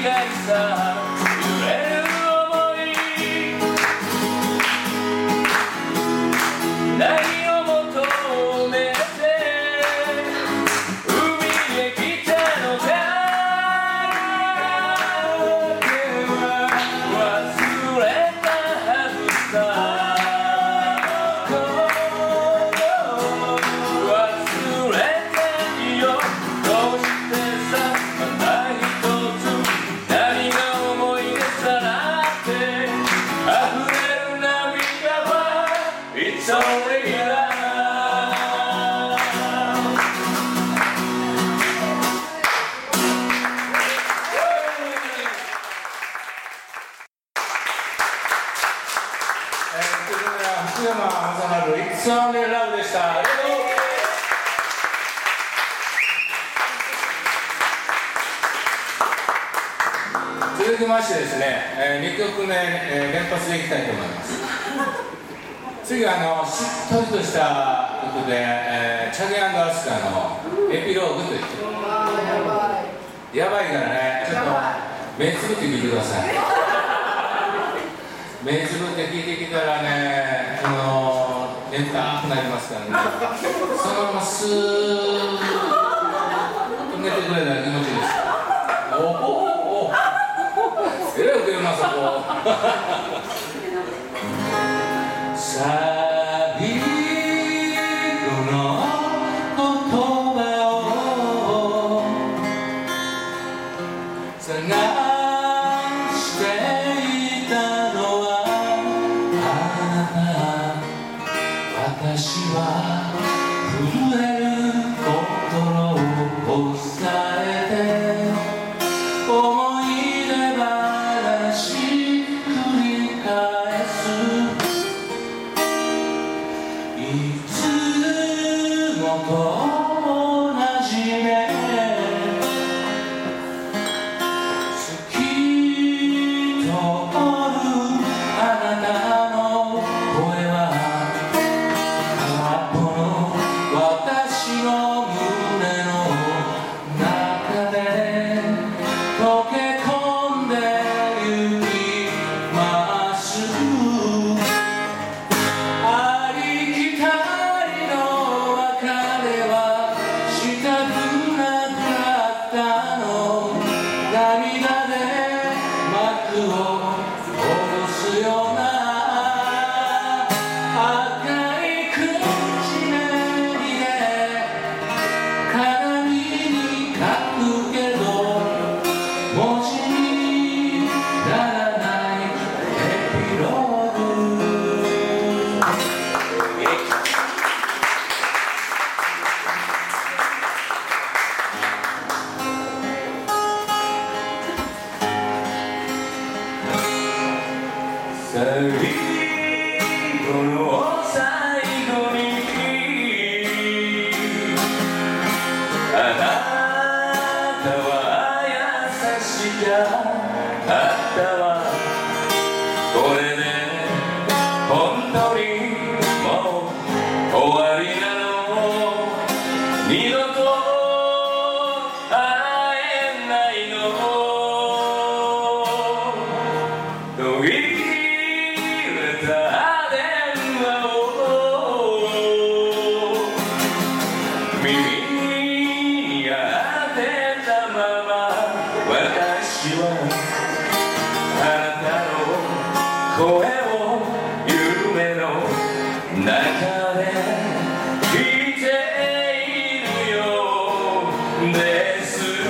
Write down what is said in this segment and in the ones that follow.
続きましてですね、2曲目、連発でいきたいと思います。次はしっとりとした曲で、チャゲ&アスカのエピローグという曲。やばいからね、ちょっと目つぶって聴いてください。目つぶって聴いてきたらね、眠たくなりますからね、そのままスーッと寝てくれたら気持ちいいです。おおえらい受けるな、そこ。最後の言葉を探していたのはあなた。私は震える心を抑えて思い出話繰り返す。いつもと同じね、透き通るあなたの声は空っぽの私の胸の中で溶け込んでゆきます。ありきたりの別れはしたくなかったの。涙で幕を下ろすような赤い口紅で鏡に書くけど文字にならないエピローグ。最後の最後にあなたは優しかったわ。これで本当にもう終わりなの。二度と会えないの。途切れた電話を耳に当てたまま私はあなたの声を夢の中で聞いているようです。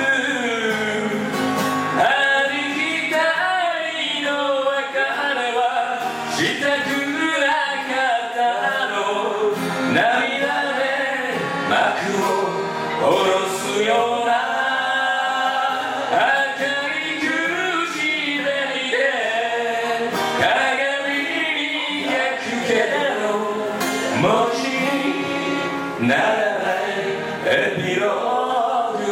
ありきたりの別れはしたくなかったの。涙で幕を下ろすような赤い口紅で鏡に焼くけど文字にならないエピローグ。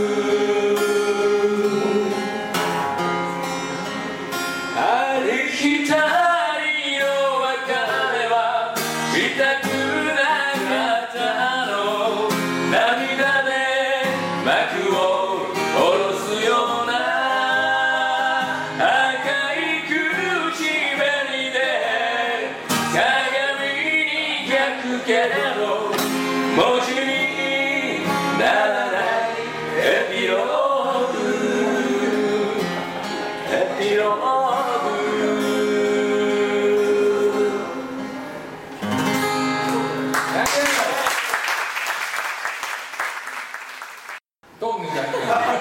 ありきたりの別れはしたくなかったの。涙で幕を下ろすようなけど文字にならないエピローグエピローグどんなじゃん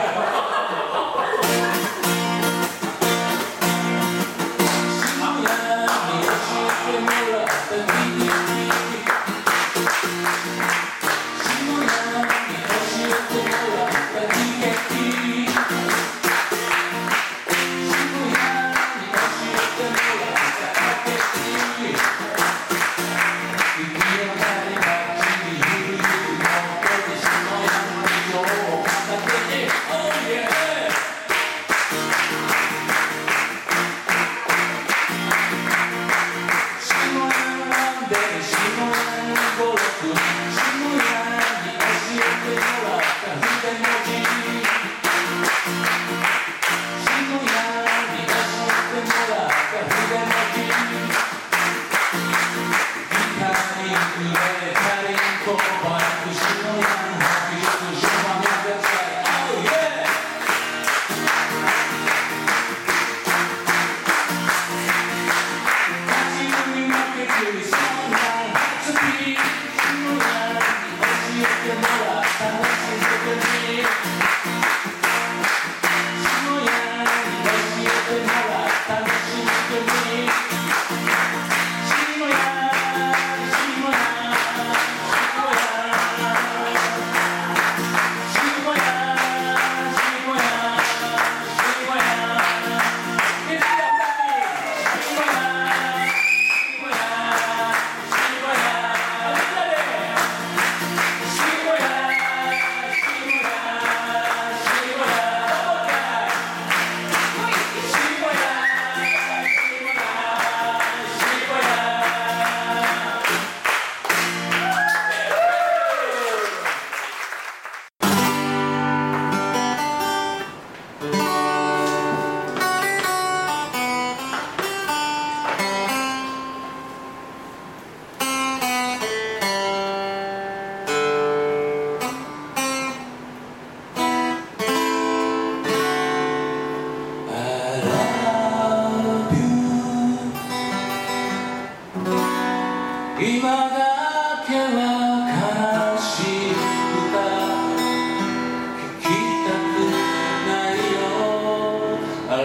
今だけは悲しい歌聞きたくないよ I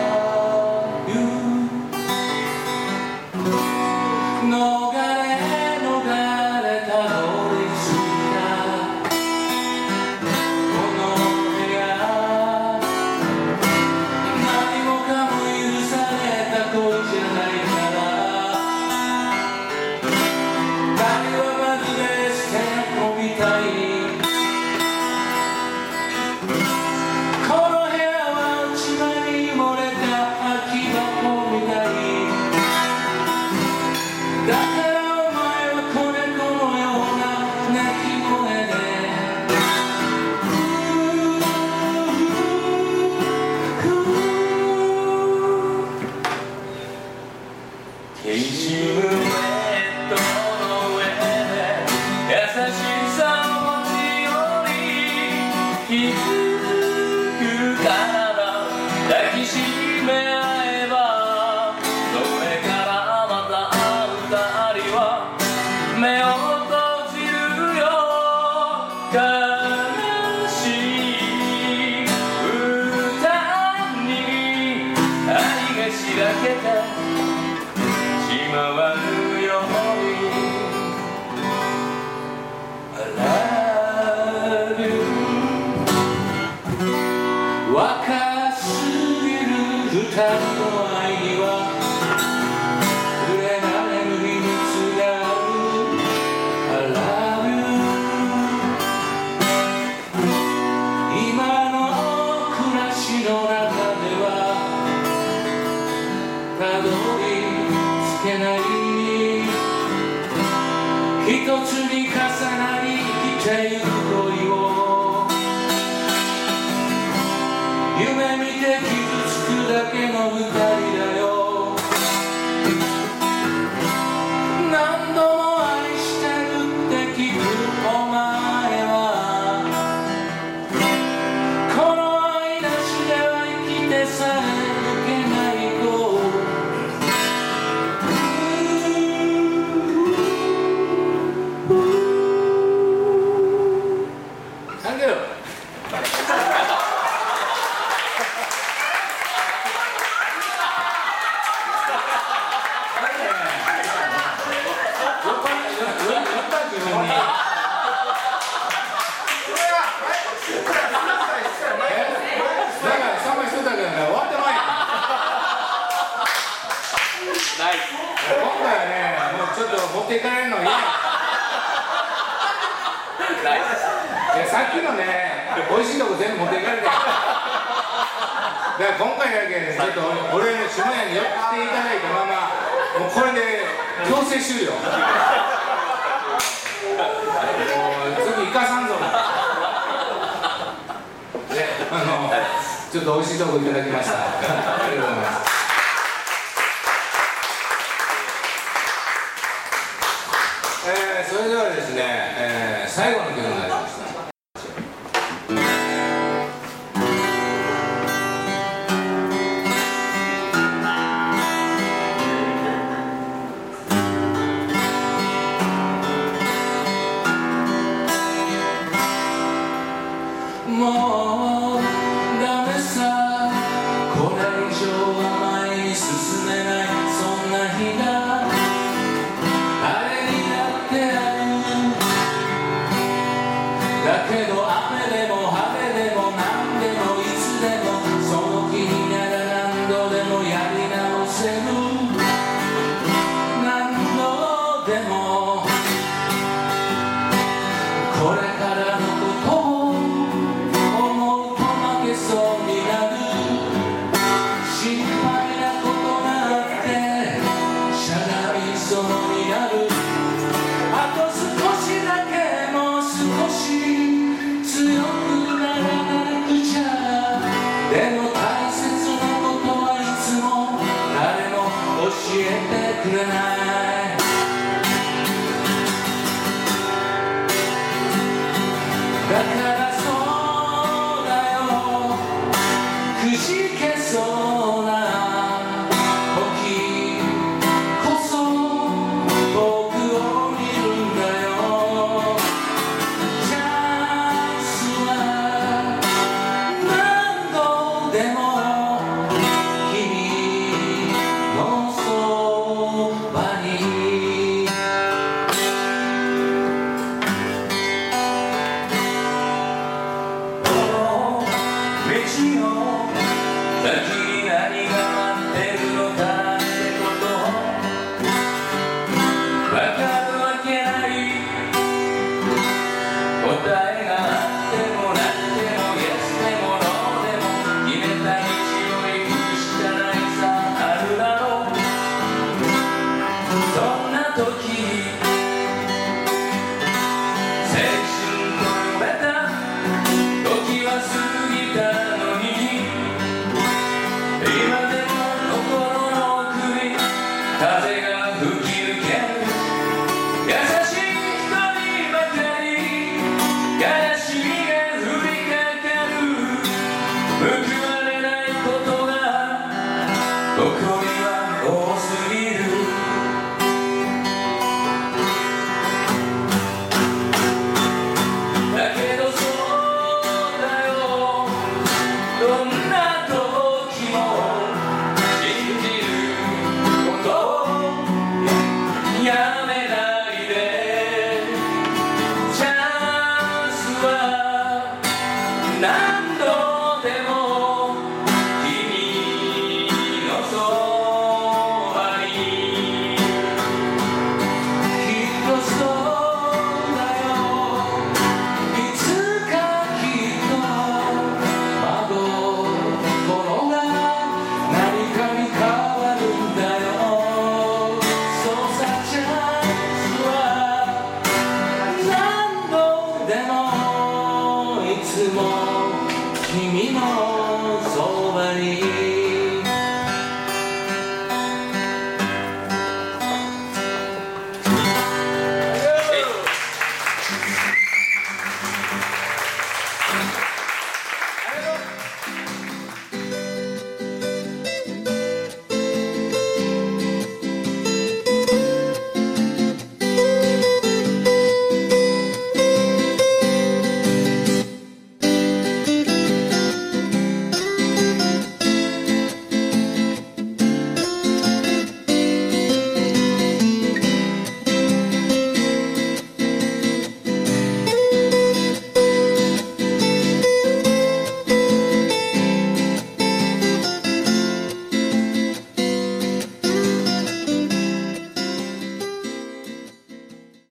love you 逃れたどり着いたこの部屋何もかも許された恋じゃないからシルエットの上で優しさを持ち寄り低く体抱きしめ合えばそれからまた二人は目を閉じるよ悲しい歌に愛がしらけて回るように I love you 若すぎる二人の愛には触れられる秘密がある I love you 今の暮らしの中ではたどりつけない一つに重なり生きてゆく恋を夢見て傷つくだけの二人だよ何度も愛してに。参拝しとったけどね、終わってない。 ナイス。 今回はね、もうちょっと持っていかれるの嫌や。 ナイス。 いや、さっきのね、美味しいとこ全部持っていかれて。だから今回だけちょっと俺の下屋に寄っていただいたまま、もうこれで強制終了。もう次行かさんぞ。ちょっと美味しいとこいただきました。ありがとうございます。それではですね、最後の曲になりました。もうダメさ、これ以上は前に進めない、そんな日が誰にだってある。だけど雨でも晴れでも何でもいつでも、その気になら何度でもやり直せる。何度でもこれからのことを教えてくれない。だからそうだよ、くじけそうな時こそ僕を見るんだよ。チャンスは何度でも先に何が待ってるのかってことわかるわけない。答えがあってもなくても Yes でも No でも決めた道を行くしかないさ、あるだろう。そんな時青春と呼べた時は過ぎたのに、今でも心の奥に風が吹き抜ける。優しい人にばかり悲しみが降りかかる。報われないことがここに